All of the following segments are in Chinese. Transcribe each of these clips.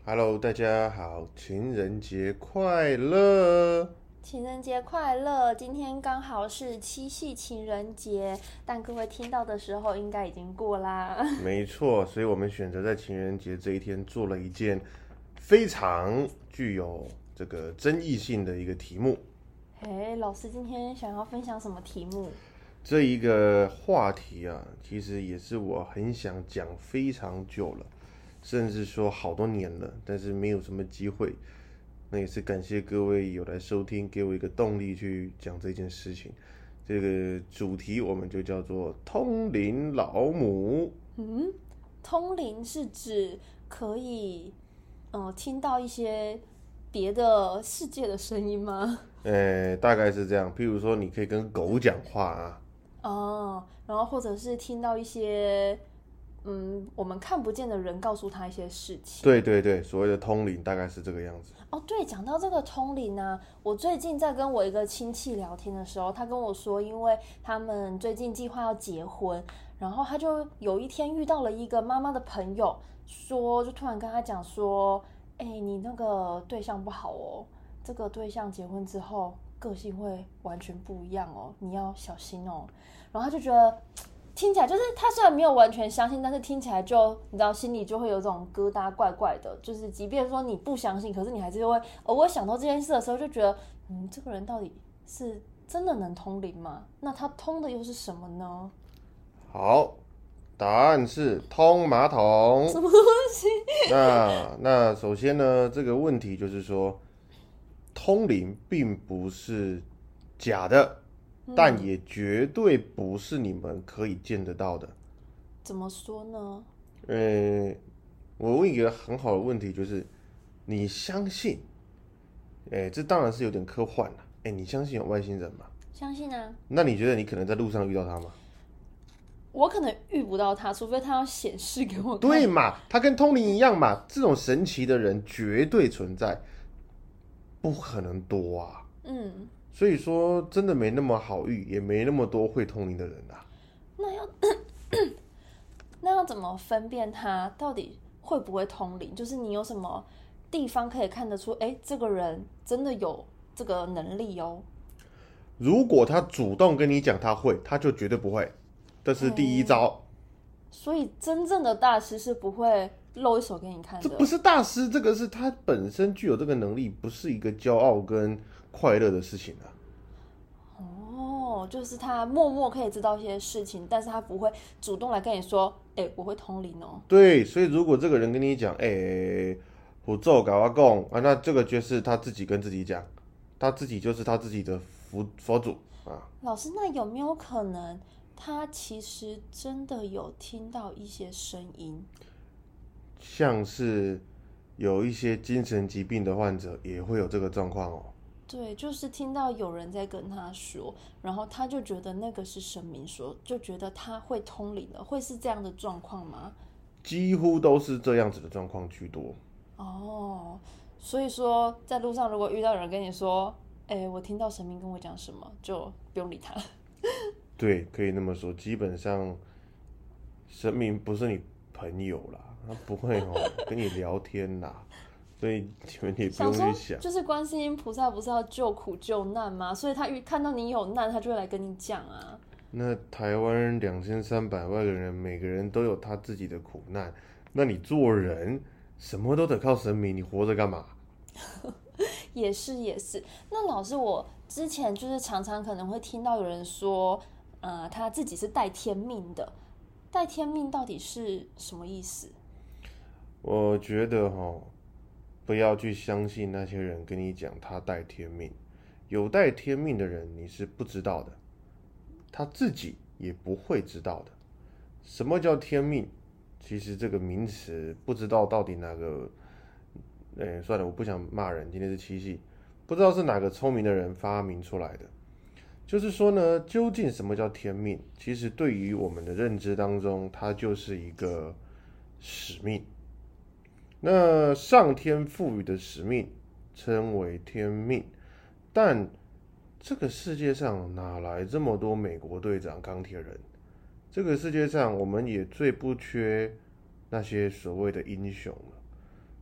Hello，大家好，情人节快乐！ 情人节快乐！今天刚好是七夕情人节，但各位听到的时候应该已经过啦。 没错，所以我们选择在情人节这一天做了一件非常具有这个争议性的一个题目。 嘿，老师今天想要分享什么题目？ 这一个话题啊，其实也是我很想讲非常久了，甚至说好多年了，但是没有什么机会。那也是感谢各位有来收听，给我一个动力去讲这件事情。这个主题我们就叫做通灵老母。 通灵是指可以，听到一些别的世界的声音吗？ 大概是这样。譬如说，你可以跟狗讲话啊。 哦，然后或者是听到一些，我们看不见的人告诉他一些事情。 对对对，所谓的通灵大概是这个样子。 哦，对，讲到这个通灵啊，我最近在跟我一个亲戚聊天的时候，他跟我说，因为他们最近计划要结婚，然后他就有一天遇到了一个妈妈的朋友，就突然跟他讲说，哎，你那个对象不好哦，这个对象结婚之后个性会完全不一样哦，你要小心哦。然后他就觉得听起来就是他虽然没有完全相信，但是听起来就你知道心里就会有种疙瘩怪怪的，就是即便说你不相信，可是你还是会偶尔想到这件事的时候，就觉得这个人到底是真的能通灵吗？那他通的又是什么呢？ 好，答案是通马桶。 什么东西？ 那首先呢，这个问题就是说，通灵并不是假的，但也绝对不是你们可以见得到的。 怎么说呢？ 呃，我问一个很好的问题，就是你相信？这当然是有点科幻了。你相信有外星人吗？ 相信啊， 那你觉得你可能在路上遇到他吗？ 我可能遇不到他，除非他要显示给我看。 对嘛，他跟通灵一样嘛，这种神奇的人绝对存在，不可能多啊。 嗯， 所以说，真的没那么好遇，也没那么多会通灵的人啊。 那要那要怎么分辨他到底会不会通灵？就是你有什么地方可以看得出，哎，这个人真的有这个能力哦。 如果他主动跟你讲他会，他就绝对不会，这是第一招。 所以真正的大师是不会露一手给你看的。 这不是大师，这个是他本身具有这个能力，不是一个骄傲跟快乐的事情啊。 哦，就是他默默可以知道一些事情，但是他不会主动来跟你说，哎，我会通灵哦。 对，所以如果这个人跟你讲，我咒搞我讲啊，那这个就是他自己跟自己讲，他自己就是他自己的佛祖啊。 老师，那有没有可能他其实真的有听到一些声音？ 像是有一些精神疾病的患者也会有这个状况哦。 对，就是听到有人在跟他说，然后他就觉得那个是神明说，就觉得他会通灵了，会是这样的状况吗？ 几乎都是这样子的状况居多。 哦，所以说在路上如果遇到有人跟你说，哎，我听到神明跟我讲什么，就不用理他。 对，可以那么说，基本上神明不是你朋友啦，他不会跟你聊天啦，所以你们也不想说， 用去想。 就是观世音菩萨不是要救苦救难吗？所以他看到你有难，他就会来跟你讲啊。 那台湾2300万个人，每个人都有他自己的苦难，那你做人什么都得靠神明，你活着干嘛？ 也是也是。那老师，我之前就是常常可能会听到有人说，他自己是带天命的。带天命到底是什么意思？ 我觉得不要去相信那些人跟你讲他带天命，有带天命的人你是不知道的，他自己也不会知道的。什么叫天命？其实这个名词不知道到底哪个，算了，我不想骂人，今天是七夕，不知道是哪个聪明的人发明出来的。就是说呢，究竟什么叫天命？其实对于我们的认知当中，它就是一个使命。那上天赋予的使命称为天命，但这个世界上哪来这么多美国队长、钢铁人？这个世界上我们也最不缺那些所谓的英雄了。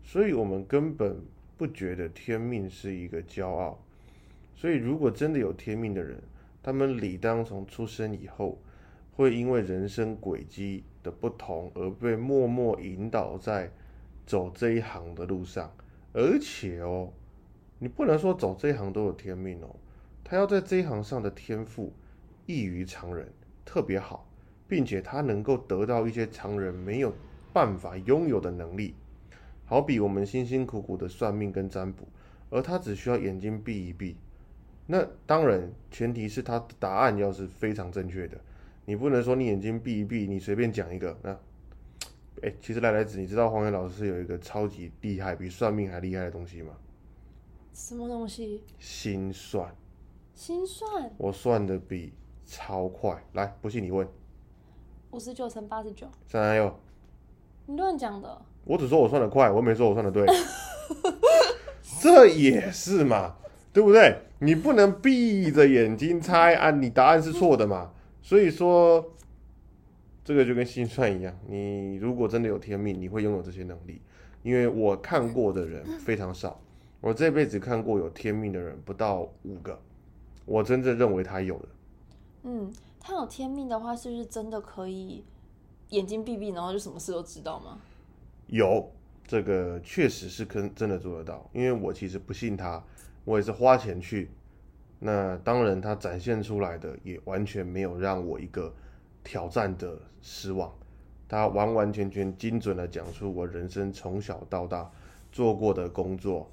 所以我们根本不觉得天命是一个骄傲。所以如果真的有天命的人，他们理当从出生以后，会因为人生轨迹的不同而被默默引导在走这一行的路上。而且你不能说走这一行都有天命他要在这一行上的天赋异于常人，特别好，并且他能够得到一些常人没有办法拥有的能力。好比我们辛辛苦苦的算命跟占卜，而他只需要眼睛闭一闭。那当然，前提是他的答案要是非常正确的。你不能说你眼睛闭一闭，你随便讲一个。其实来子，你知道黄源老师有一个超级厉害，比算命还厉害的东西吗？ 什么东西？ 心算。 心算？ 我算的比超快。来，不信你问。 59乘89。 316。 你乱讲的。 我只说我算得快，我没说我算得对。这也是嘛，对不对？你不能闭着眼睛猜啊，你答案是错的嘛。所以说，这个就跟心算一样，你如果真的有天命，你会拥有这些能力。因为我看过的人非常少，我这辈子看过有天命的人不到5个，我真正认为他有的。 他有天命的话，是不是真的可以眼睛闭闭，然后就什么事都知道吗？ 有，这个确实是真的做得到。因为我其实不信他，我也是花钱去。那当然，他展现出来的也完全没有让我一个挑战的失望。他完完全全精准的讲出我人生从小到大做过的工作，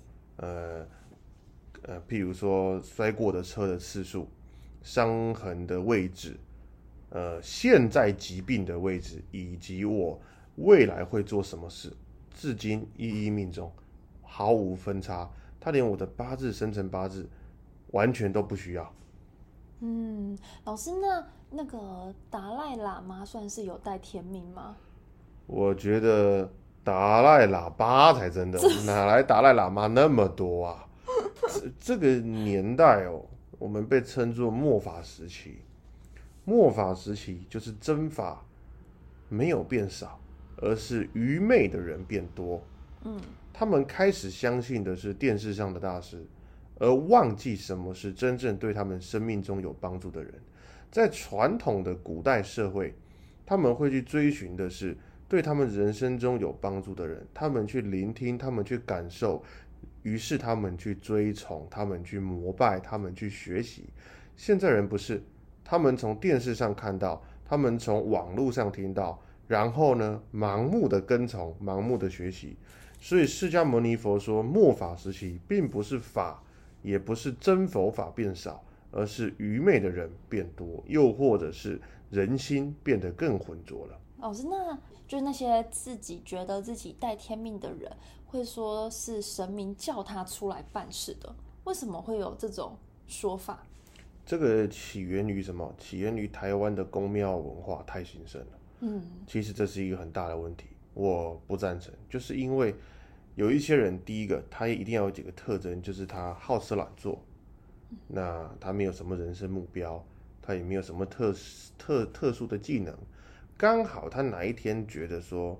譬如说摔过的车的次数、伤痕的位置、现在疾病的位置，以及我未来会做什么事，至今一一命中，毫无分差。他连我的八字生辰八字完全都不需要。 老师，那个达赖喇嘛算是有带天命吗？ 我觉得达赖喇叭才真的，哪来达赖喇嘛那么多啊？这个年代我们被称作末法时期。末法时期就是真法没有变少，而是愚昧的人变多。他们开始相信的是电视上的大师，而忘记什么是真正对他们生命中有帮助的人。在传统的古代社会，他们会去追寻的是对他们人生中有帮助的人，他们去聆听，他们去感受，于是他们去追从，他们去膜拜，他们去学习。现在人不是，他们从电视上看到，他们从网络上听到，然后呢，盲目的跟从，盲目的学习。所以释迦牟尼佛说，末法时期并不是法，也不是真佛法变少，而是愚昧的人变多，又或者是人心变得更浑浊了。 老师，那就是那些自己觉得自己带天命的人，会说是神明叫他出来办事的，为什么会有这种说法？ 这个起源于什么？起源于台湾的宫庙文化太兴盛了。其实这是一个很大的问题，我不赞成。就是因为有一些人，第一个他一定要有几个特征，就是他好吃懒做，那他没有什么人生目标，他也没有什么特殊的技能，刚好他哪一天觉得说，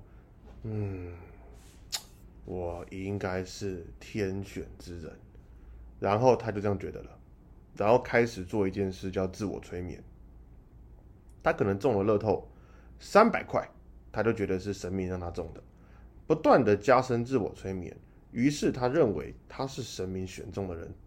我应该是天选之人，然后他就这样觉得了，然后开始做一件事叫自我催眠。他可能中了乐透300块，他就觉得是神明让他中的，不断的加深自我催眠，于是他认为他是神明选中的人。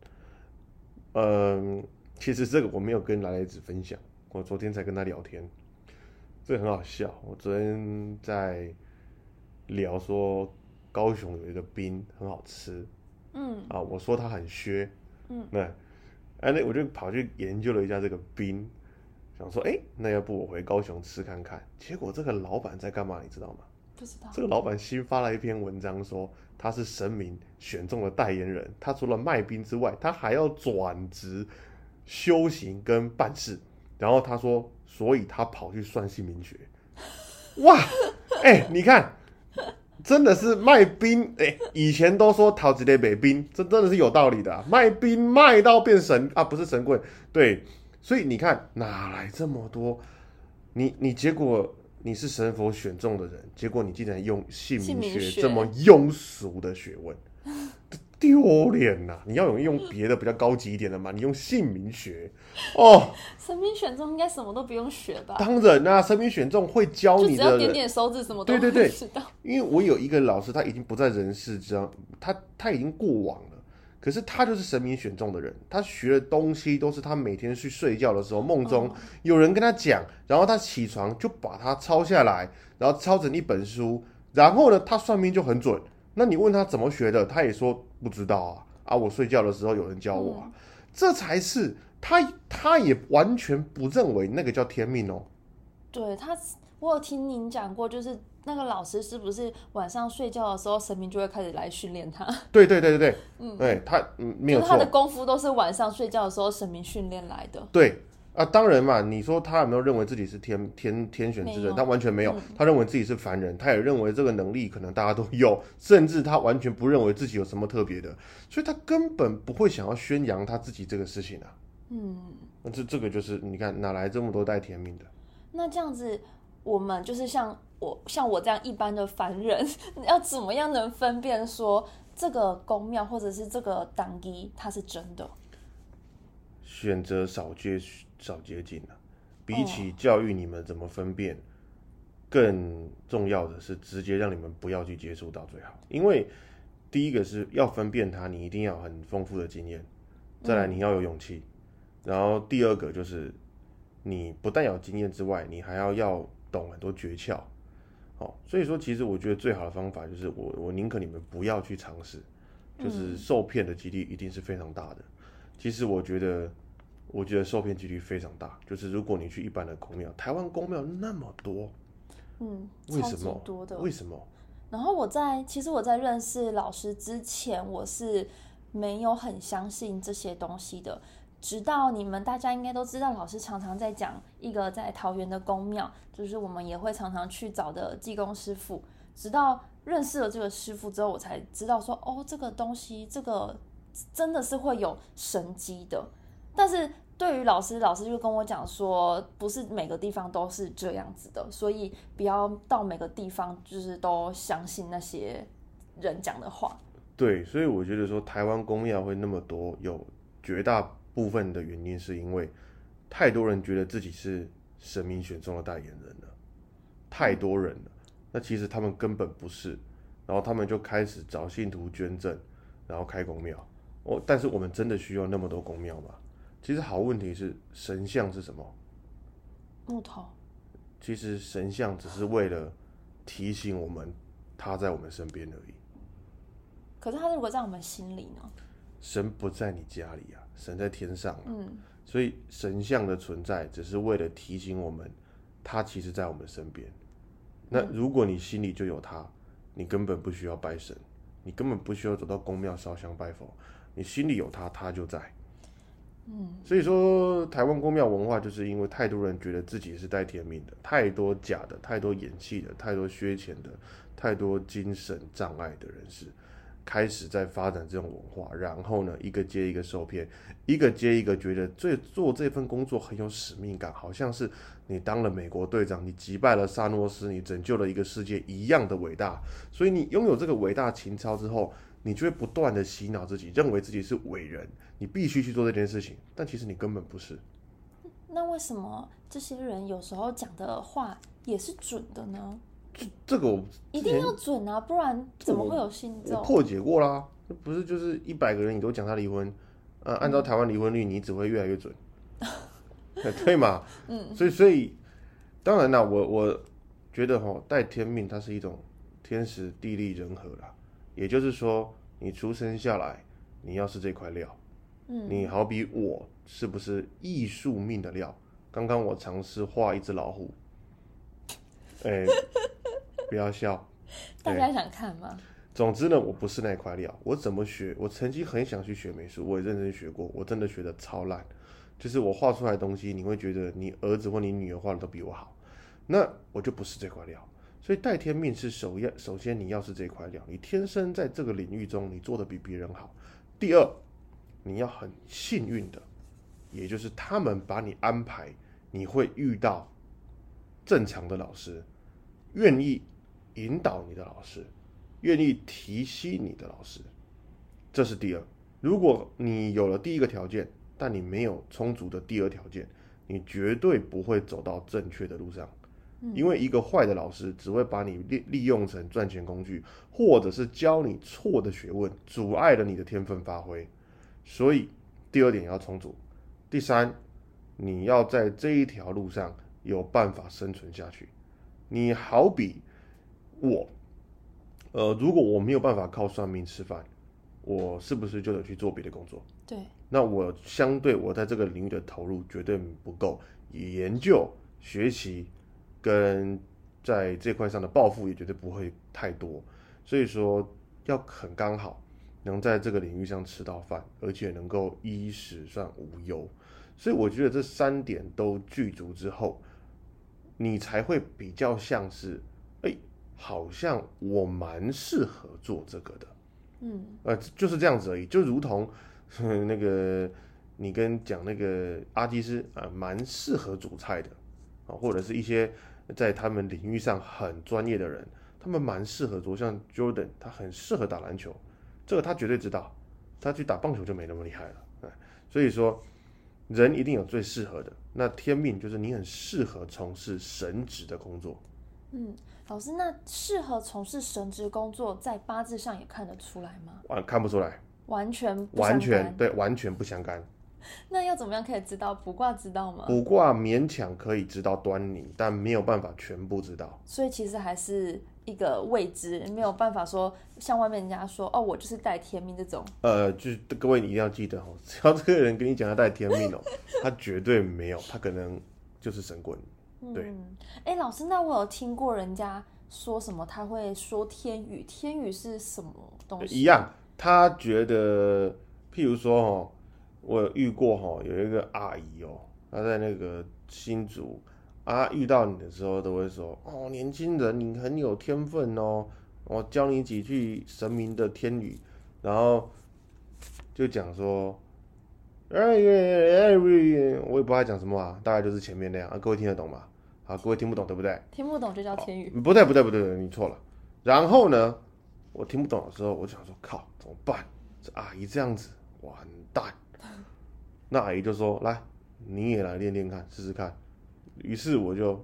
其实这个我没有跟来子分享，我昨天才跟他聊天，这个很好笑。我昨天在聊说高雄有一个冰很好吃，我说它很削，那我就跑去研究了一下这个冰，想说那要不我回高雄吃看看。结果这个老板在干嘛你知道吗？ 不知道。 这个老板新发了一篇文章说他是神明选中的代言人，他除了卖冰之外，他还要转职修行跟办事。然后他说，所以他跑去算姓名学。哇，你看，真的是卖冰，以前都说桃子的北冰，这真的是有道理的啊，卖冰卖到变神啊，不是神棍，对，所以你看哪来这么多？你结果你是神佛选中的人，结果你竟然用姓名学这么学庸俗的学问，丢脸呐！你要用别的比较高级一点的嘛，你用姓名学哦。 神明选中应该什么都不用学吧？ 当然啦、神明选中会教你的人， 就只要点点手指，什么都会知道。 因为我有一个老师，他已经不在人世，这样他已经过往了。可是他就是神明选中的人，他学的东西都是他每天去睡觉的时候梦中有人跟他讲，然后他起床就把它抄下来，然后抄成一本书，然后呢，他算命就很准。那你问他怎么学的，他也说不知道啊，我睡觉的时候有人教我啊，这才是他也完全不认为那个叫天命哦。 对他，我有听您讲过，就是那个老师是不是晚上睡觉的时候，神明就会开始来训练他？ 对，他没有错， 就是他的功夫都是晚上睡觉的时候神明训练来的。 对啊，当然嘛，你说他有没有认为自己是天选之人？他完全没有，他认为自己是凡人，他也认为这个能力可能大家都有，甚至他完全不认为自己有什么特别的，所以他根本不会想要宣扬他自己这个事情啊。这个就是你看哪来这么多带天命的？ 那这样子，我们就是像我这样一般的凡人，要怎么样能分辨说这个宫庙或者是这个当机它是真的？ 选择少接近啊，比起教育你们怎么分辨，更重要的是直接让你们不要去接触到最好。因为第一个是要分辨它，你一定要有很丰富的经验，再来你要有勇气，然后第二个就是你不但有经验之外，你还要懂很多诀窍。所以说其实我觉得最好的方法就是我宁可你们不要去尝试，就是受骗的几率一定是非常大的。其实我觉得受骗几率非常大，就是如果你去一般的宫庙，台湾宫庙那么多，为什么？ 多的。 为什么？ 然后其实我在认识老师之前，我是没有很相信这些东西的。直到你们大家应该都知道，老师常常在讲一个在桃园的宫庙，就是我们也会常常去找的济公师傅。直到认识了这个师傅之后，我才知道说，这个东西，这个真的是会有神迹的。但是对于老师就跟我讲说，不是每个地方都是这样子的，所以不要到每个地方就是都相信那些人讲的话。 对，所以我觉得说台湾宫庙会那么多，有绝大部分的原因是因为太多人觉得自己是神明选中的代言人了，太多人了。那其实他们根本不是，然后他们就开始找信徒捐赠，然后开宫庙。但是我们真的需要那么多宫庙吗？其实好问题是神像是什么？ 木头。 其实神像只是为了提醒我们他在我们身边而已。 可是他如果在我们心里呢？ 神不在你家里啊，神在天上啊。所以神像的存在只是为了提醒我们，他其实在我们身边。那如果你心里就有他，你根本不需要拜神，你根本不需要走到宫庙烧香拜佛，你心里有他，他就在。所以说台湾宫庙文化就是因为太多人觉得自己是带天命的，太多假的，太多演戏的，太多削钱的，太多精神障碍的人士开始在发展这种文化，然后呢，一个接一个受骗，一个接一个觉得做这份工作很有使命感，好像是你当了美国队长，你击败了萨诺斯，你拯救了一个世界一样的伟大。所以你拥有这个伟大情操之后，你就会不断的洗脑自己，认为自己是伟人，你必须去做这件事情，但其实你根本不是。 那为什么这些人有时候讲的话也是准的呢？ 这个我一定要准啊，不然怎么会有信众？ 我破解过啦，不是就是100个人你都讲他离婚，按照台湾离婚率，你只会越来越准，对嘛？所以当然啦，我觉得带天命它是一种天时地利人和啦，也就是说，你出生下来，你要是这块料，你好比我是不是艺术命的料？刚刚我尝试画一只老虎，不要笑， 大家想看吗？ 总之呢，我不是那块料。我怎么学？我曾经很想去学美术，我也认真学过，我真的学的超烂。就是我画出来的东西，你会觉得你儿子或你女儿画的都比我好，那我就不是这块料。所以带天命是首先你要是这块料，你天生在这个领域中你做的比别人好。第二，你要很幸运的，也就是他们把你安排，你会遇到正常的老师， 愿意引导你的老师，愿意提携你的老师，这是第二。如果你有了第一个条件，但你没有充足的第二条件，你绝对不会走到正确的路上。因为一个坏的老师只会把你利用成赚钱工具，或者是教你错的学问，阻碍了你的天分发挥。所以第二点要充足。第三，你要在这一条路上有办法生存下去。你好比我，如果我没有办法靠算命吃饭，我是不是就得去做别的工作？ 对。 那我相对我在这个领域的投入绝对不够，研究、学习跟在这块上的抱负也绝对不会太多。所以说要很刚好能在这个领域上吃到饭，而且能够衣食上无忧。所以我觉得这3点都具足之后，你才会比较像是，好像我蛮适合做这个的。就是这样子而已。就如同那个你跟讲那个阿基师蛮适合煮菜的或者是一些在他们领域上很专业的人，他们蛮适合做。像 Jordan， 他很适合打篮球，这个他绝对知道，他去打棒球就没那么厉害了。所以说，人一定有最适合的。那天命就是你很适合从事神职的工作。 老师，那适合从事神职工作，在八字上也看得出来吗？ 看不出来， 完全不相干。 对，完全不相干。 那要怎么样可以知道？卜卦知道吗？ 卜卦勉强可以知道端倪，但没有办法全部知道。 所以其实还是一个未知，没有办法说像外面人家说我就是带天命这种。 就是各位你一定要记得只要这个人跟你讲他带天命他绝对没有，他可能就是神棍。对。 老师，那我有听过人家说什么他会说天语，天语是什么东西？ 一样，他觉得，譬如说我有遇过有一个阿姨她在那个新竹遇到你的时候都会说年轻人你很有天分我教你几句神明的天语，然后就讲说我也不知道讲什么大概就是前面那样各位听得懂吗？好，各位听不懂对不对？ 听不懂就叫天语。 不对，你错了。然后呢，我听不懂的时候，我就想说靠，怎么办？这阿姨这样子完蛋。那阿姨就说来，你也来练练看，试试看。于是我就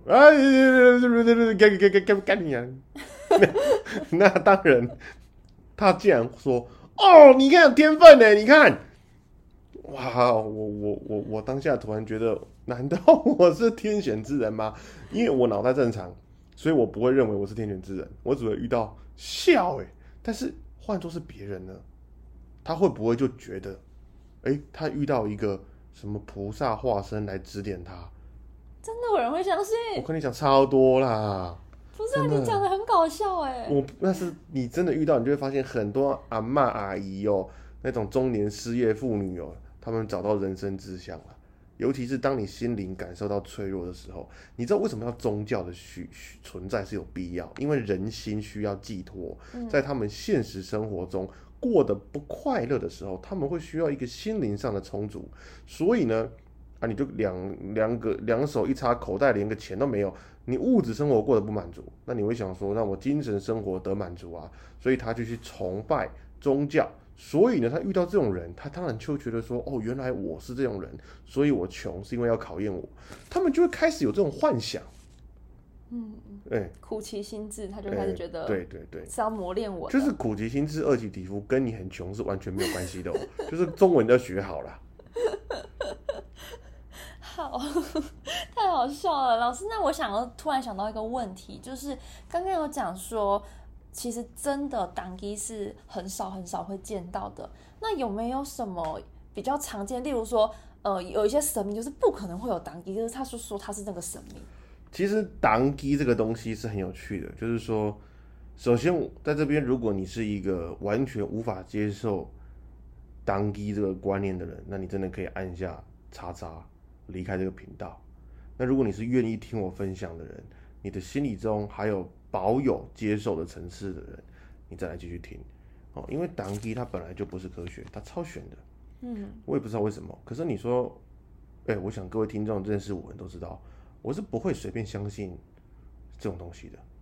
干你啊！那当然，他竟然说你看有天分呢，你看。哇，我当下突然觉得，难道我是天选之人吗？因为我脑袋正常，所以我不会认为我是天选之人，我只会遇到笑但是换作是别人呢，他会不会就觉得，他遇到一个什么菩萨化身来指点他？ 真的有人会相信？ 我跟你讲超多啦。 不是你讲的很搞笑那是你真的遇到，你就会发现很多阿嬷阿姨那种中年失业妇女他们找到人生志向了。尤其是当你心灵感受到脆弱的时候，你知道为什么要宗教的存在是有必要？因为人心需要寄托，在他们现实生活中过得不快乐的时候，他们会需要一个心灵上的充足。所以呢，你就两手一插，口袋连个钱都没有，你物质生活过得不满足，那你会想说，那我精神生活得满足啊？所以他就去崇拜宗教。所以呢，他遇到这种人，他当然就觉得说，原来我是这种人，所以我穷是因为要考验我。他们就会开始有这种幻想。 苦其心志，他就开始觉得， 对， 是要磨练我的。 就是苦其心志，饿其体肤，跟你很穷是完全没有关系的就是中文要学好了。 好，太好笑了，老师。那我突然想到一个问题，就是刚刚有讲说，其实真的当机是很少会见到的。那有没有什么比较常见？例如说，有一些神明就是不可能会有当机，就是他说他是那个神明。 其实当机这个东西是很有趣的，就是说，首先在这边，如果你是一个完全无法接受当机这个观念的人，那你真的可以按下叉叉离开这个频道。那如果你是愿意听我分享的人，你的心理中还有保有接受的层次的人，你再来继续听因为当机它本来就不是科学，它超玄的。我也不知道为什么。可是你说，我想各位听众认识我的人都知道，我是不会随便相信这种东西的。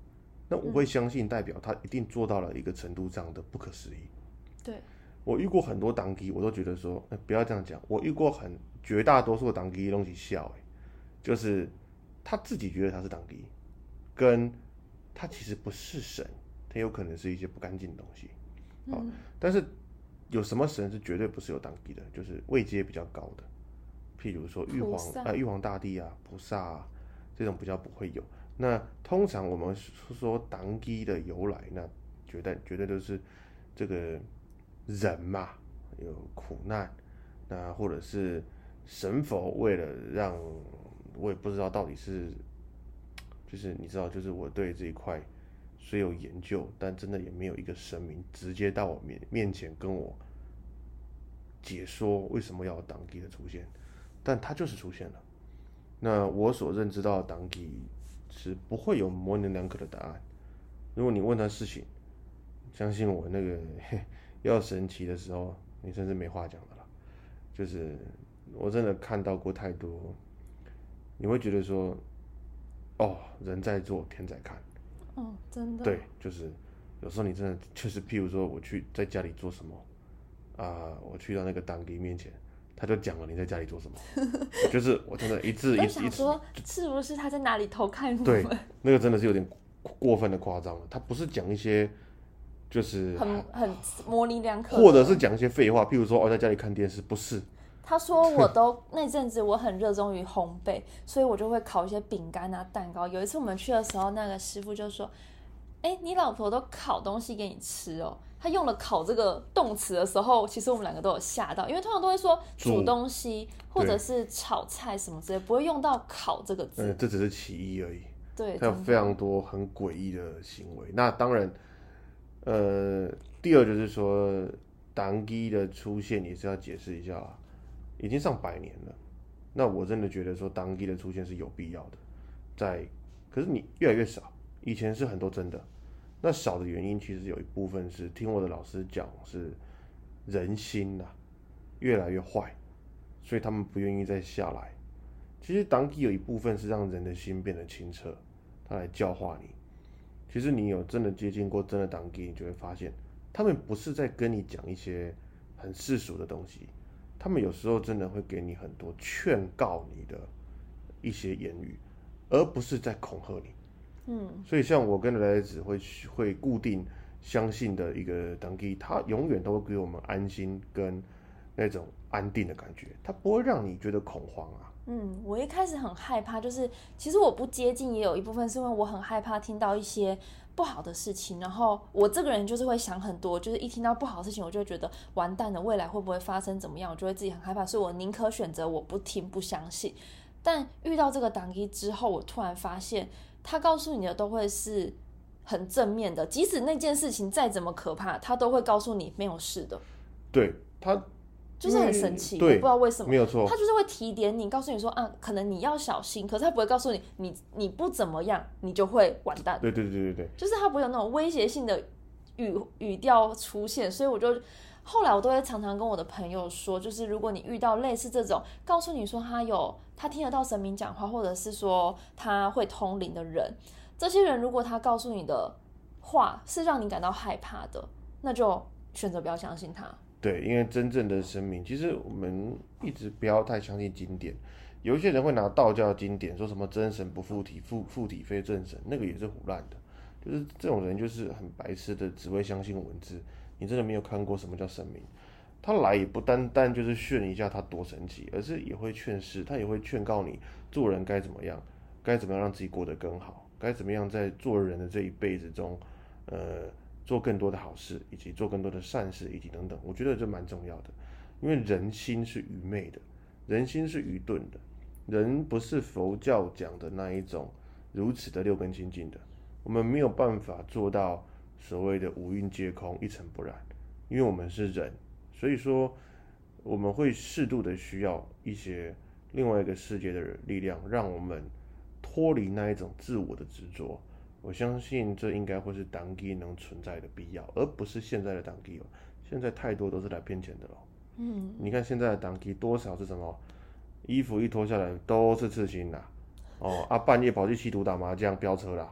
那我会相信代表他一定做到了一个程度上的不可思议。 对， 我遇过很多当机，我都觉得说，不要这样讲。我遇过绝大多数的当机东西笑，就是他自己觉得他是当机，跟他其实不是神，他有可能是一些不干净的东西。但是有什么神是绝对不是有当机的？就是位阶比较高的，譬如说玉皇大帝啊、菩萨啊，这种比较不会有。那通常我们说当机的由来，那绝对都是这个人嘛，有苦难，那或者是神佛为了让我也不知道到底是，就是你知道，就是我对这一块虽有研究，但真的也没有一个神明直接到我面前跟我解说为什么要有当机的出现，但它就是出现了。那我所认知到的当机是不会有模棱两可的答案。如果你问他事情，相信我，那个要神奇的时候，你真是没话讲的了。就是我真的看到过太多，你会觉得说，哦，人在做，天在看。 真的。 对，就是有时候你真的就是，譬如说我去在家里做什么我去到那个当地面前，他就讲了你在家里做什么，就是我真的一字一字说是不是他在哪里偷看我们？ 对，那个真的是有点过分的夸张了。他不是讲一些就是很模棱两可， 或者是讲一些废话，譬如说在家里看电视，不是。 他说我都那阵子我很热衷于烘焙，所以我就会烤一些饼干啊、蛋糕。有一次我们去的时候，那个师傅就说：“你老婆都烤东西给你吃哦。”他用了“烤”这个动词的时候，其实我们两个都有吓到，因为通常都会说煮东西或者是炒菜什么之类，不会用到“烤”这个字。 这只是其一而已。 对， 它有非常多很诡异的行为。那当然，第二就是说，当机的出现也是要解释一下啦。已经上100年了，那我真的觉得说当机的出现是有必要的，可是你越来越少，以前是很多真的，那少的原因其实有一部分是听我的老师讲是人心越来越坏，所以他们不愿意再下来。其实当机有一部分是让人的心变得清澈，他来教化你。其实你有真的接近过真的当机，你就会发现他们不是在跟你讲一些很世俗的东西。他们有时候真的会给你很多劝告你的一些言语，而不是在恐吓你。所以像我跟来子会固定相信的一个当机，他永远都会给我们安心跟那种安定的感觉，他不会让你觉得恐慌啊。 我一开始很害怕，就是其实我不接近，也有一部分是因为我很害怕听到一些不好的事情，然后我这个人就是会想很多，就是一听到不好的事情，我就会觉得完蛋了，未来会不会发生怎么样，我就会自己很害怕，所以我宁可选择我不听不相信。但遇到这个当机之后，我突然发现他告诉你的都会是很正面的，即使那件事情再怎么可怕，他都会告诉你没有事的。 对，他就是很神奇，我对， 不知道为什么， 没有错， 他就是会提点你，告诉你说可能你要小心，可是他不会告诉你，你不怎么样，你就会完蛋。 对， 就是他不会有那种威胁性的语调出现，所以后来我都会常常跟我的朋友说，就是如果你遇到类似这种告诉你说他听得到神明讲话，或者是说他会通灵的人，这些人如果他告诉你的话是让你感到害怕的，那就选择不要相信他。 对，因为真正的神明，其实我们一直不要太相信经典。有一些人会拿道教经典说什么真神不附体，附体非正神，那个也是唬烂的。就是这种人就是很白痴的，只会相信文字。你真的没有看过什么叫神明，他来也不单单就是炫一下他多神奇，而是也会劝世，他也会劝告你做人该怎么样，该怎么样让自己过得更好，该怎么样在做人的这一辈子中，做更多的好事，以及做更多的善事，以及等等，我觉得这蛮重要的。因为人心是愚昧的，人心是愚钝的，人不是佛教讲的那一种如此的六根清净的，我们没有办法做到所谓的五蕴皆空、一尘不染，因为我们是人，所以说我们会适度的需要一些另外一个世界的力量，让我们脱离那一种自我的执着。我相信这应该会是当机能存在的必要，而不是现在的当机。现在太多都是来骗钱的了。你看现在的当机多少是什么？衣服一脱下来都是刺青啦，半夜跑去吸毒打麻将飙车啦，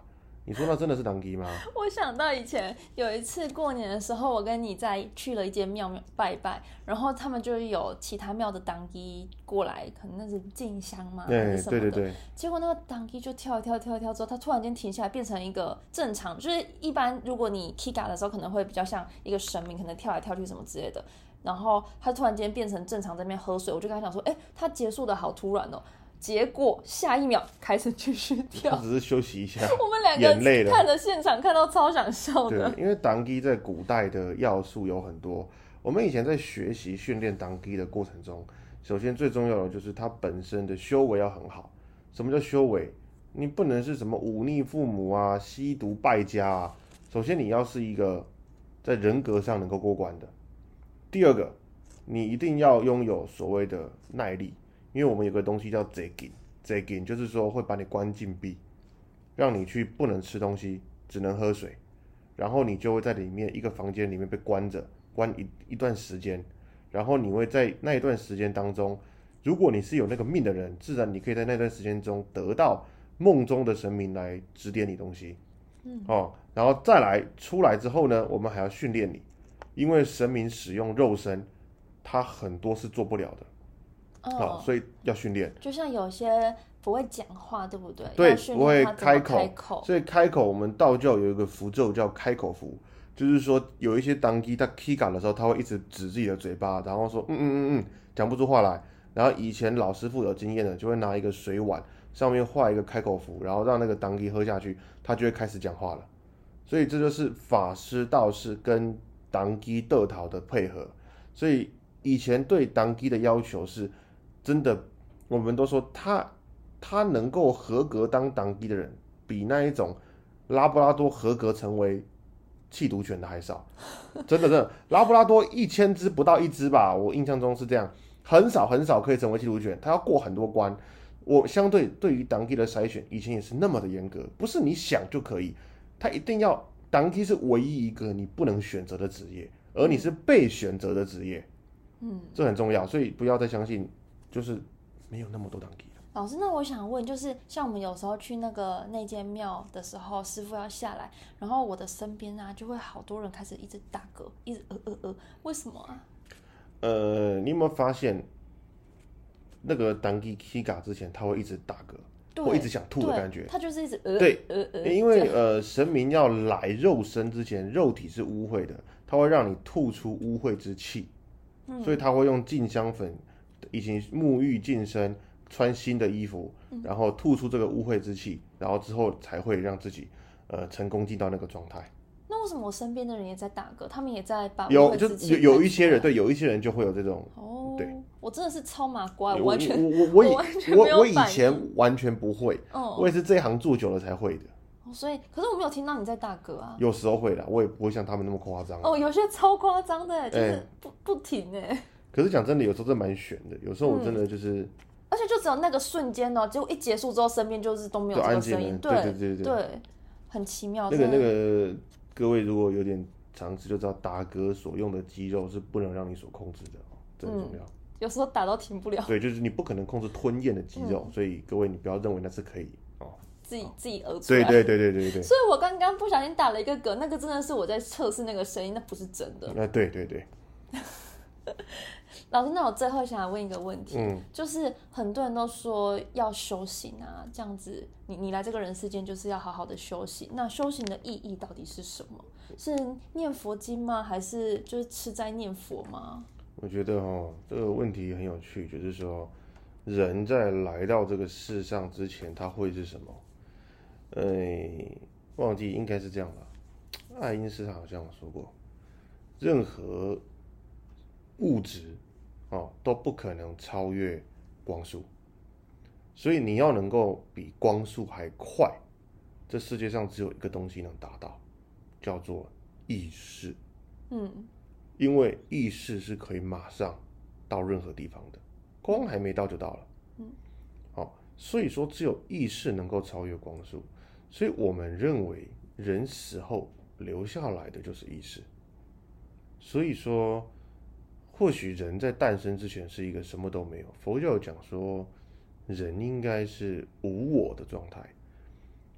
你说那真的是当机吗？ 我想到以前有一次过年的时候，我跟你去了一间庙拜拜，然后他们就有其他庙的当机过来，可能那是进香嘛，还是什么的。 对。 结果那个当机就跳一跳之后，他突然间停下来，变成一个正常，就是一般如果你 Kiga 的时候，可能会比较像一个神明，可能跳来跳去什么之类的。然后他突然间变成正常在那边喝水，我就跟他讲说，他结束的好突然哦。结果下一秒开始继续跳， 他只是休息一下， 我们两个看着现场看到超想笑的。 对，因为当机在古代的要素有很多，我们以前在学习训练当机的过程中，首先最重要的就是它本身的修为要很好。什么叫修为？你不能是什么忤逆父母啊、吸毒败家啊。首先你要是一个在人格上能够过关的。第二个，你一定要拥有所谓的耐力。因为我们有个东西叫贼禁，就是说会把你关禁闭，让你去不能吃东西，只能喝水，然后你就会在里面一个房间里面被关着，关一段时间，然后你会在那一段时间当中，如果你是有那个命的人，自然你可以在那段时间中得到梦中的神明来指点你东西，然后再来出来之后呢，我们还要训练你，因为神明使用肉身，他很多是做不了的。所以要训练， 就像有些不会讲话，对不对？ 对，不会开口，所以开口，我们道教有一个符咒叫开口符，就是说有一些当机他 Kiga 的时候，他会一直指自己的嘴巴，然后说讲不出话来。然后以前老师傅有经验的，就会拿一个水碗，上面画一个开口符，然后让那个当机喝下去，他就会开始讲话了。所以这就是法师道士跟当机得逃的配合。所以以前对当机的要求是。真的，我们都说他能够合格当当地的人，比那一种拉布拉多合格成为缉毒犬的还少。真的，拉布拉多1000只不到1只吧，我印象中是这样，很少可以成为缉毒犬，他要过很多关。我相对于当地的筛选，以前也是那么的严格，不是你想就可以，他一定要当地是唯一一个你不能选择的职业，而你是被选择的职业，这很重要，所以不要再相信。就是没有那么多当机了。 老师，那我想问，就是像我们有时候去那间庙的时候，师傅要下来，然后我的身边啊，就会好多人开始一直打嗝，一直为什么啊？ 你有没有发现，那个当机 Kiga 之前，他会一直打嗝，会一直想吐的感觉。 他就是一直对，因为神明要来肉身之前，肉体是污秽的，他会让你吐出污秽之气，所以他会用净香粉。以前沐浴净身，穿新的衣服，然后吐出这个污秽之气，然后之后才会让自己成功进到那个状态。 那为什么我身边的人也在打嗝，他们也在把有一些人对，有一些人就会有这种对。 我真的是超麻瓜，我完全我以前完全不会，我也是这一行做久了才会的。 所以，可是我没有听到你在打嗝啊。 有时候会啦，我也不会像他们那么夸张。 有些超夸张的，就是不停哎。 可是讲真的，有时候真的蛮悬的。有时候我真的就是， 而且就只有那个瞬间哦，结果一结束之后，身边就是都没有这个声音，对，很奇妙。 那个各位如果有点常识就知道，打嗝所用的肌肉是不能让你所控制的，这很重要。 有时候打到停不了。 对，就是你不可能控制吞咽的肌肉，所以各位你不要认为那是可以自己而出来。 对。 所以我刚刚不小心打了一个嗝，那个真的是我在测试那个声音，那不是真的。 对。 老师，那我最后想要问一个问题，就是很多人都说要修行啊，这样子，你来这个人世间就是要好好的修行。那修行的意义到底是什么？是念佛经吗？还是就是吃斋念佛吗？ 我觉得这个问题很有趣，就是说人在来到这个世上之前，他会是什么？忘记应该是这样吧。爱因斯坦好像说过，任何物质都不可能超越光速，所以你要能够比光速还快，这世界上只有一个东西能达到，叫做意识。因为意识是可以马上到任何地方的，光还没到就到了。所以说只有意识能够超越光速，所以我们认为人死后留下来的就是意识。所以说或许人在诞生之前是一个什么都没有，佛教讲说人应该是无我的状态，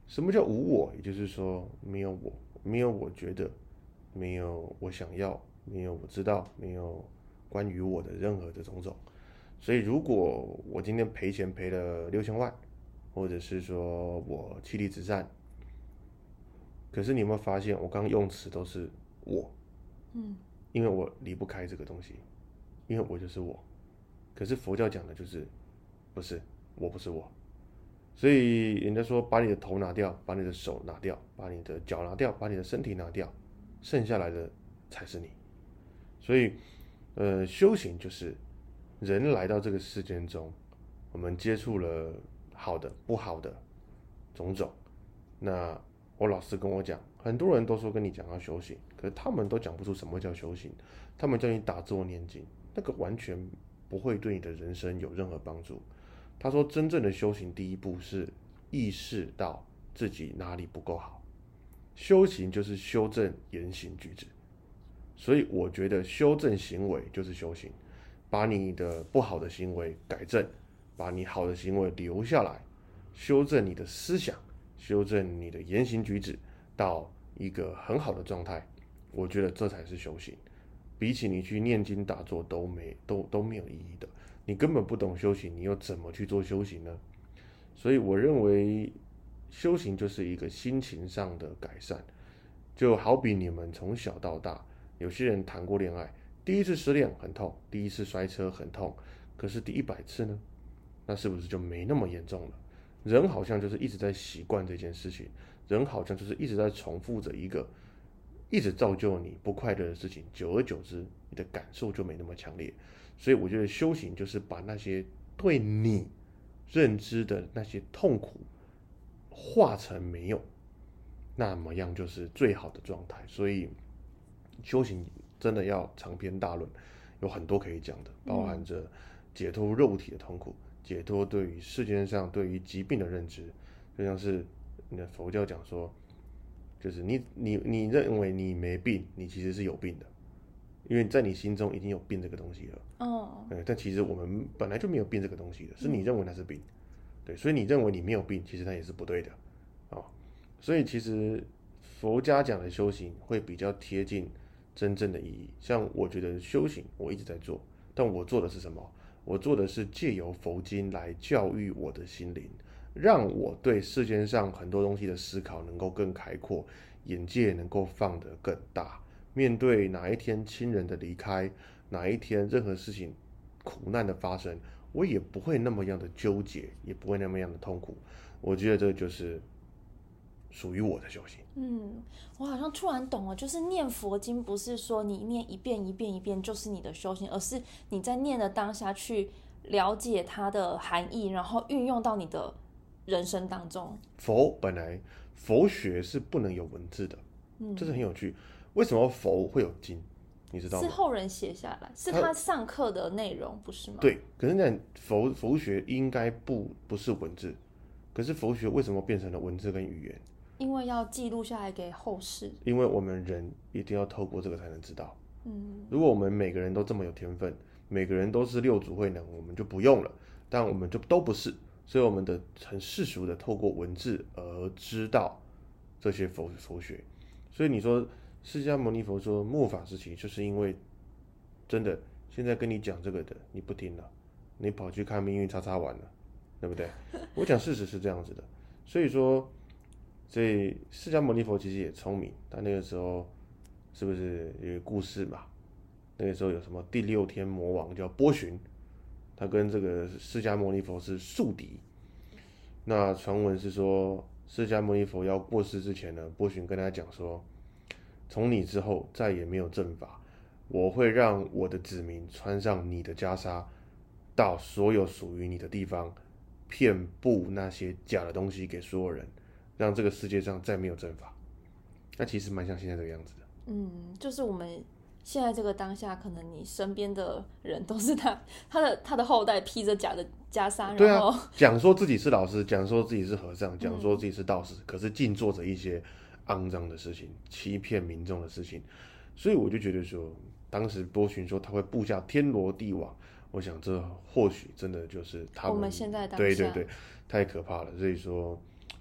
什么叫无我？也就是说，没有我，没有我觉得，没有我想要，没有我知道，没有关于我的任何的种种。所以，如果我今天赔钱赔了6000万，或者是说我妻离子散，可是你有没有发现，我刚刚用词都是我，因为我离不开这个东西，因为我就是我。可是佛教讲的就是不是，我不是我。所以人家说，把你的头拿掉，把你的手拿掉，把你的脚拿掉，把你的身体拿掉，剩下来的才是你。所以，修行就是人来到这个世间中，我们接触了好的、不好的种种。那我老师跟我讲，很多人都说跟你讲要修行，可是他们都讲不出什么叫修行。他们叫你打坐念经，那个完全不会对你的人生有任何帮助。他说，真正的修行第一步是意识到自己哪里不够好，修行就是修正言行举止。所以我觉得修正行为就是修行，把你的不好的行为改正，把你好的行为留下来，修正你的思想，修正你的言行举止到一个很好的状态。我觉得这才是修行，比起你去念经打坐都没有意义的。你根本不懂修行，你又怎么去做修行呢？所以我认为修行就是一个心情上的改善，就好比你们从小到大，有些人谈过恋爱，第一次失恋很痛，第一次摔车很痛，可是第100次呢？那是不是就没那么严重了？人好像就是一直在习惯这件事情，人好像就是一直在重复着一个一直造就你不快乐的事情，久而久之，你的感受就没那么强烈。所以我觉得修行就是把那些对你认知的那些痛苦化成没有，那么样就是最好的状态。所以修行真的要长篇大论，有很多可以讲的，包含着解脱肉体的痛苦，解脱对于世间上对于疾病的认知，就像是佛教讲说，就是你认为你没病，你其实是有病的，因为在你心中已经有病这个东西了。但其实我们本来就没有病这个东西的，是你认为它是病。对，所以你认为你没有病，其实它也是不对的。所以其实佛家讲的修行会比较贴近真正的意义。像我觉得修行我一直在做，但我做的是什么？我做的是借由佛经来教育我的心灵，让我对世间上很多东西的思考能够更开阔，眼界能够放得更大。面对哪一天亲人的离开，哪一天任何事情苦难的发生，我也不会那么样的纠结，也不会那么样的痛苦。我觉得这就是属于我的修行。 我好像突然懂了，就是念佛经不是说你念一遍一遍一遍就是你的修行，而是你在念的当下去了解它的含义，然后运用到你的人生当中。 本来佛学是不能有文字的，这是很有趣。为什么佛会有经？你知道吗？ 是后人写下来，是他上课的内容，不是吗？ 对，可是那佛学应该不是文字，可是佛学为什么变成了文字跟语言？ 因为要记录下来给后世。 因为我们人一定要透过这个才能知道。如果我们每个人都这么有天分，每个人都是六祖慧能，我们就不用了。但我们就都不是，所以我们的很世俗的透过文字而知道这些佛学。所以你说释迦牟尼佛说末法时期，就是因为真的现在跟你讲这个的你不听了，你跑去看命运叉叉完了，对不对？我讲事实是这样子的。所以释迦牟尼佛其实也聪明，他那个时候是不是有个故事嘛？那个时候有什么第6天魔王叫波旬，他跟这个释迦牟尼佛是宿敌。那传闻是说，释迦牟尼佛要过世之前呢，波旬跟他讲说，从你之后再也没有正法，我会让我的子民穿上你的袈裟，到所有属于你的地方，遍布那些假的东西给所有人，让这个世界上再没有正法。那其实蛮像现在这个样子的。 就是我们现在这个当下，可能你身边的人都是他的后代披着假的袈裟， 对然后讲说自己是老师，讲说自己是和尚，讲说自己是道士，可是尽做着一些肮脏的事情，欺骗民众的事情。所以我就觉得说，当时波旬说他会布下天罗地网，我想这或许真的就是他们我们现在当下对，太可怕了。所以说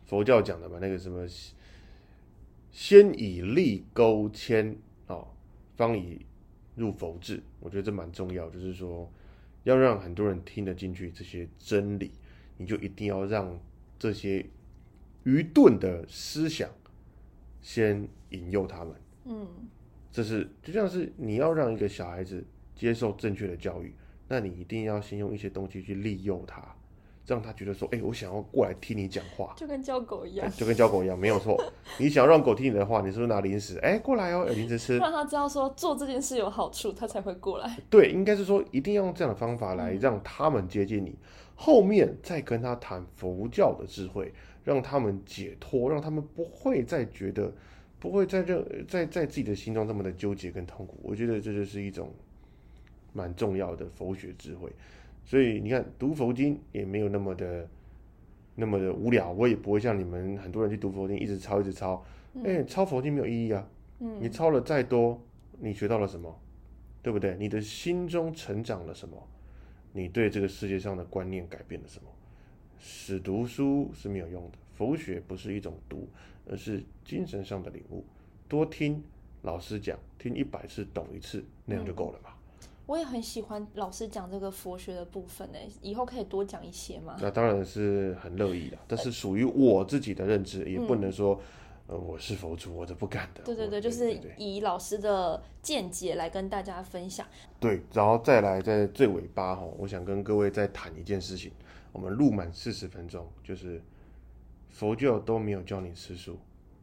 佛教讲的嘛，那个什么先以利钩牵哦，方以入佛智。我觉得这蛮重要，就是说要让很多人听得进去这些真理，你就一定要让这些愚钝的思想先引诱他们。这是就像是你要让一个小孩子接受正确的教育，那你一定要先用一些东西去利诱他，让他觉得说，我想要过来听你讲话， 就跟教狗一样， 就跟教狗一样，没有错。你想要让狗听你的话，你是不是拿零食？过来哦，有零食吃， 让他知道说做这件事有好处，他才会过来。 对，应该是说一定要用这样的方法来让他们接近你，后面再跟他谈佛教的智慧，让他们解脱，让他们不会再觉得，不会在自己的心中这么的纠结跟痛苦。我觉得这就是一种蛮重要的佛学智慧。所以你看，读佛经也没有那么的无聊，我也不会像你们很多人去读佛经一直抄一直抄，抄佛经没有意义啊。你抄了再多，你学到了什么？对不对？你的心中成长了什么？你对这个世界上的观念改变了什么？死读书是没有用的，佛学不是一种读，而是精神上的领悟。多听老师讲，听100次懂1次，那样就够了嘛。 我也很喜欢老师讲这个佛学的部分呢，以后可以多讲一些吗？ 那当然是很乐意的，但是属于我自己的认知，也不能说，我是佛祖，我都不敢的。 对，就是以老师的见解来跟大家分享。 对，然后再来在最尾巴我想跟各位再谈一件事情，我们录满40分钟，就是佛教都没有教你吃素。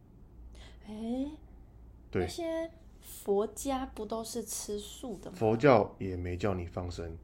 对， 那些佛家不都是吃素的吗？ 佛教也没叫你放生。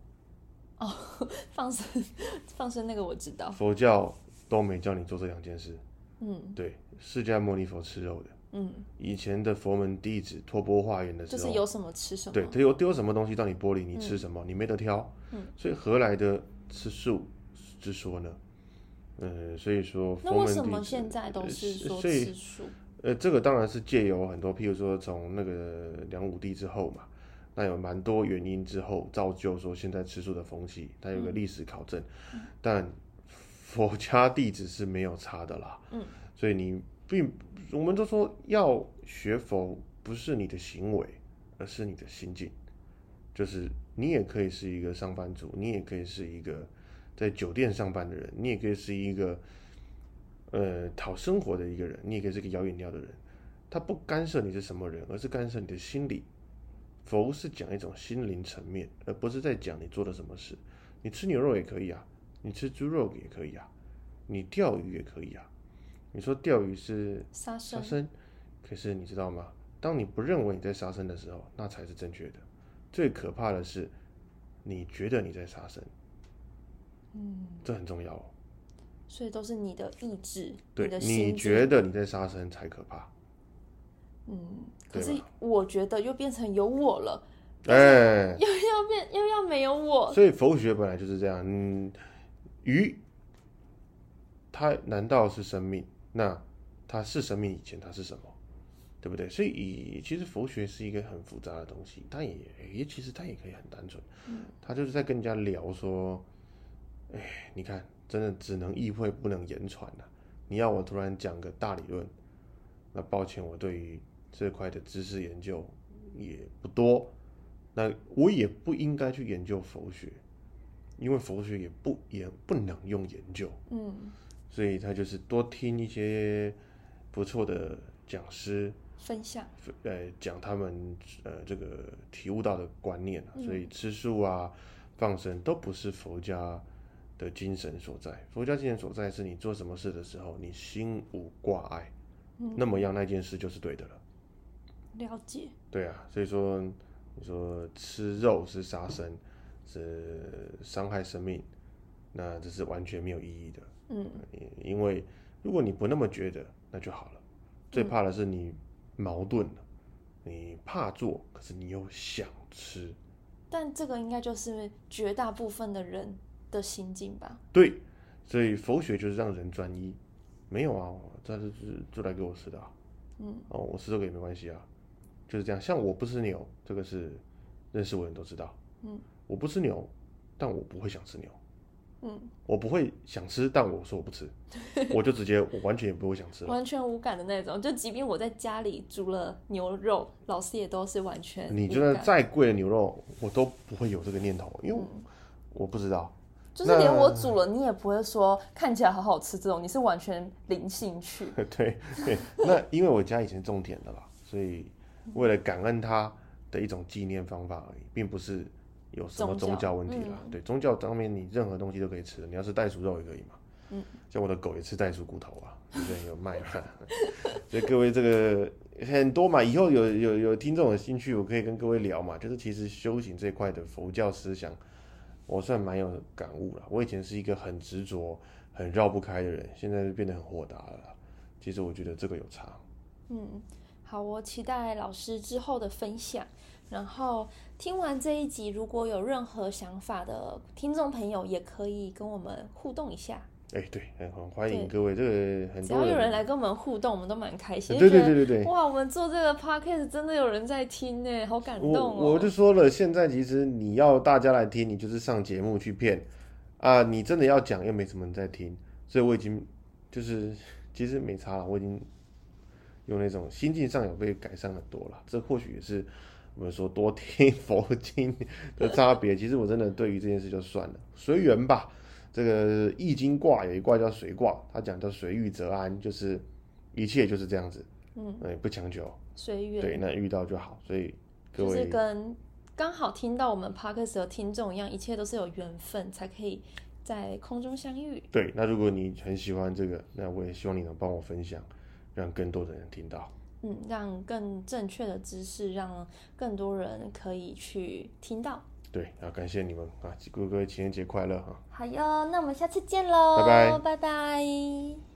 放生那个我知道。 佛教都没叫你做这2件事。对，释迦牟尼佛吃肉的。以前的佛门弟子托钵化缘的时候， 就是有什么吃什么。 对，他有丢什么东西到你钵里，你吃什么，你没得挑。所以何来的吃素之说呢？所以说佛门弟子， 那为什么现在都是说吃素？ 这个当然是借由很多，譬如说从那个梁武帝之后嘛，那有蛮多原因之后造就说现在吃素的风气，它有个历史考证。但佛家弟子是没有差的啦。所以我们都说要学佛，不是你的行为，而是你的心境。就是你也可以是一个上班族，你也可以是一个在酒店上班的人，你也可以是一个讨生活的一个人，你也可以是一个摇饮料的人。他不干涉你是什么人，而是干涉你的心理。佛是讲一种心灵层面，而不是在讲你做了什么事。你吃牛肉也可以啊，你吃猪肉也可以啊，你钓鱼也可以啊。你说钓鱼是杀生，可是你知道吗？当你不认为你在杀生的时候，那才是正确的。最可怕的是，你觉得你在杀生，这很重要哦。 所以都是你的意志， 对， 你的心你觉得你在杀生才可怕。 可是我觉得又变成有我了，又要没有我。 所以佛学本来就是这样。鱼，它难道是生命？那它是生命以前它是什么？对不对？所以其实佛学是一个很复杂的东西，其实它也可以很单纯。它就是在跟人家聊说，你看，真的只能意会不能言传啊。你要我突然讲个大理论，那抱歉，我对于这块的知识研究也不多，那我也不应该去研究佛学，因为佛学也不能用研究。所以他就是多听一些不错的讲师分享， 讲他们这个体悟到的观念所以吃素啊、放生都不是佛家的精神所在。佛家精神所在是你做什么事的时候，你心无挂碍，那么样那件事就是对的了。 了解。对啊，所以说你说吃肉是杀生，是伤害生命，那这是完全没有意义的。因为如果你不那么觉得，那就好了。最怕的是你矛盾了，你怕做，可是你又想吃。 但这个应该就是绝大部分的人的心境吧？ 对，所以佛学就是让人专一。没有啊，这是就来给我吃的啊。我吃这个也没关系啊，就是这样。像我不吃牛，这个是认识我的人都知道。我不吃牛，但我不会想吃牛。 我不会想吃，但我说我不吃，我就直接我完全也不会想吃了， 完全无感的那种。就即便我在家里煮了牛肉，老师也都是完全无感。 你就算再贵的牛肉，我都不会有这个念头，因为我不知道。 就是连我煮了，你也不会说看起来好好吃这种，你是完全零兴趣。 对，那因为我家以前种田的啦，所以为了感恩他的一种纪念方法而已，并不是有什么宗教问题啦。对，宗教上面你任何东西都可以吃，你要吃袋鼠肉也可以嘛。像我的狗也吃袋鼠骨头啊，对不对？有卖嘛。所以各位这个很多嘛，以后有听众有兴趣，我可以跟各位聊嘛。就是其实修行这块的佛教思想，我算蛮有感悟了。我以前是一个很执着、很绕不开的人，现在变得很豁达了啦。其实我觉得这个有差。 好，我期待老师之后的分享。然后听完这一集，如果有任何想法的听众朋友，也可以跟我们互动一下。 对，很欢迎各位。这个很多人只要有人来跟我们互动，我们都蛮开心。 对。 哇，我们做这个 podcast 真的有人在听呢，好感动哦。 我就说了，现在其实你要大家来听，你就是上节目去骗啊。你真的要讲，又没什么人在听，所以我已经就是其实没差了，我已经有那种心境上有被改善很多了。这或许也是我们说多听佛经的差别。其实我真的对于这件事就算了，随缘吧。这个易经卦有一卦叫随卦，它讲叫随遇则安，就是一切就是这样子，不强求， 随缘。 对，那遇到就好。所以各位就是跟刚好听到我们 podcast 的听众一样，一切都是有缘分才可以在空中相遇。 对，那如果你很喜欢这个，那我也希望你能帮我分享，让更多的人听到。 让更正确的知识，让更多人可以去听到。 对，感谢你们啊！各位情人节快乐哈！ 好哟，那我们下次见喽， 拜拜， 拜拜。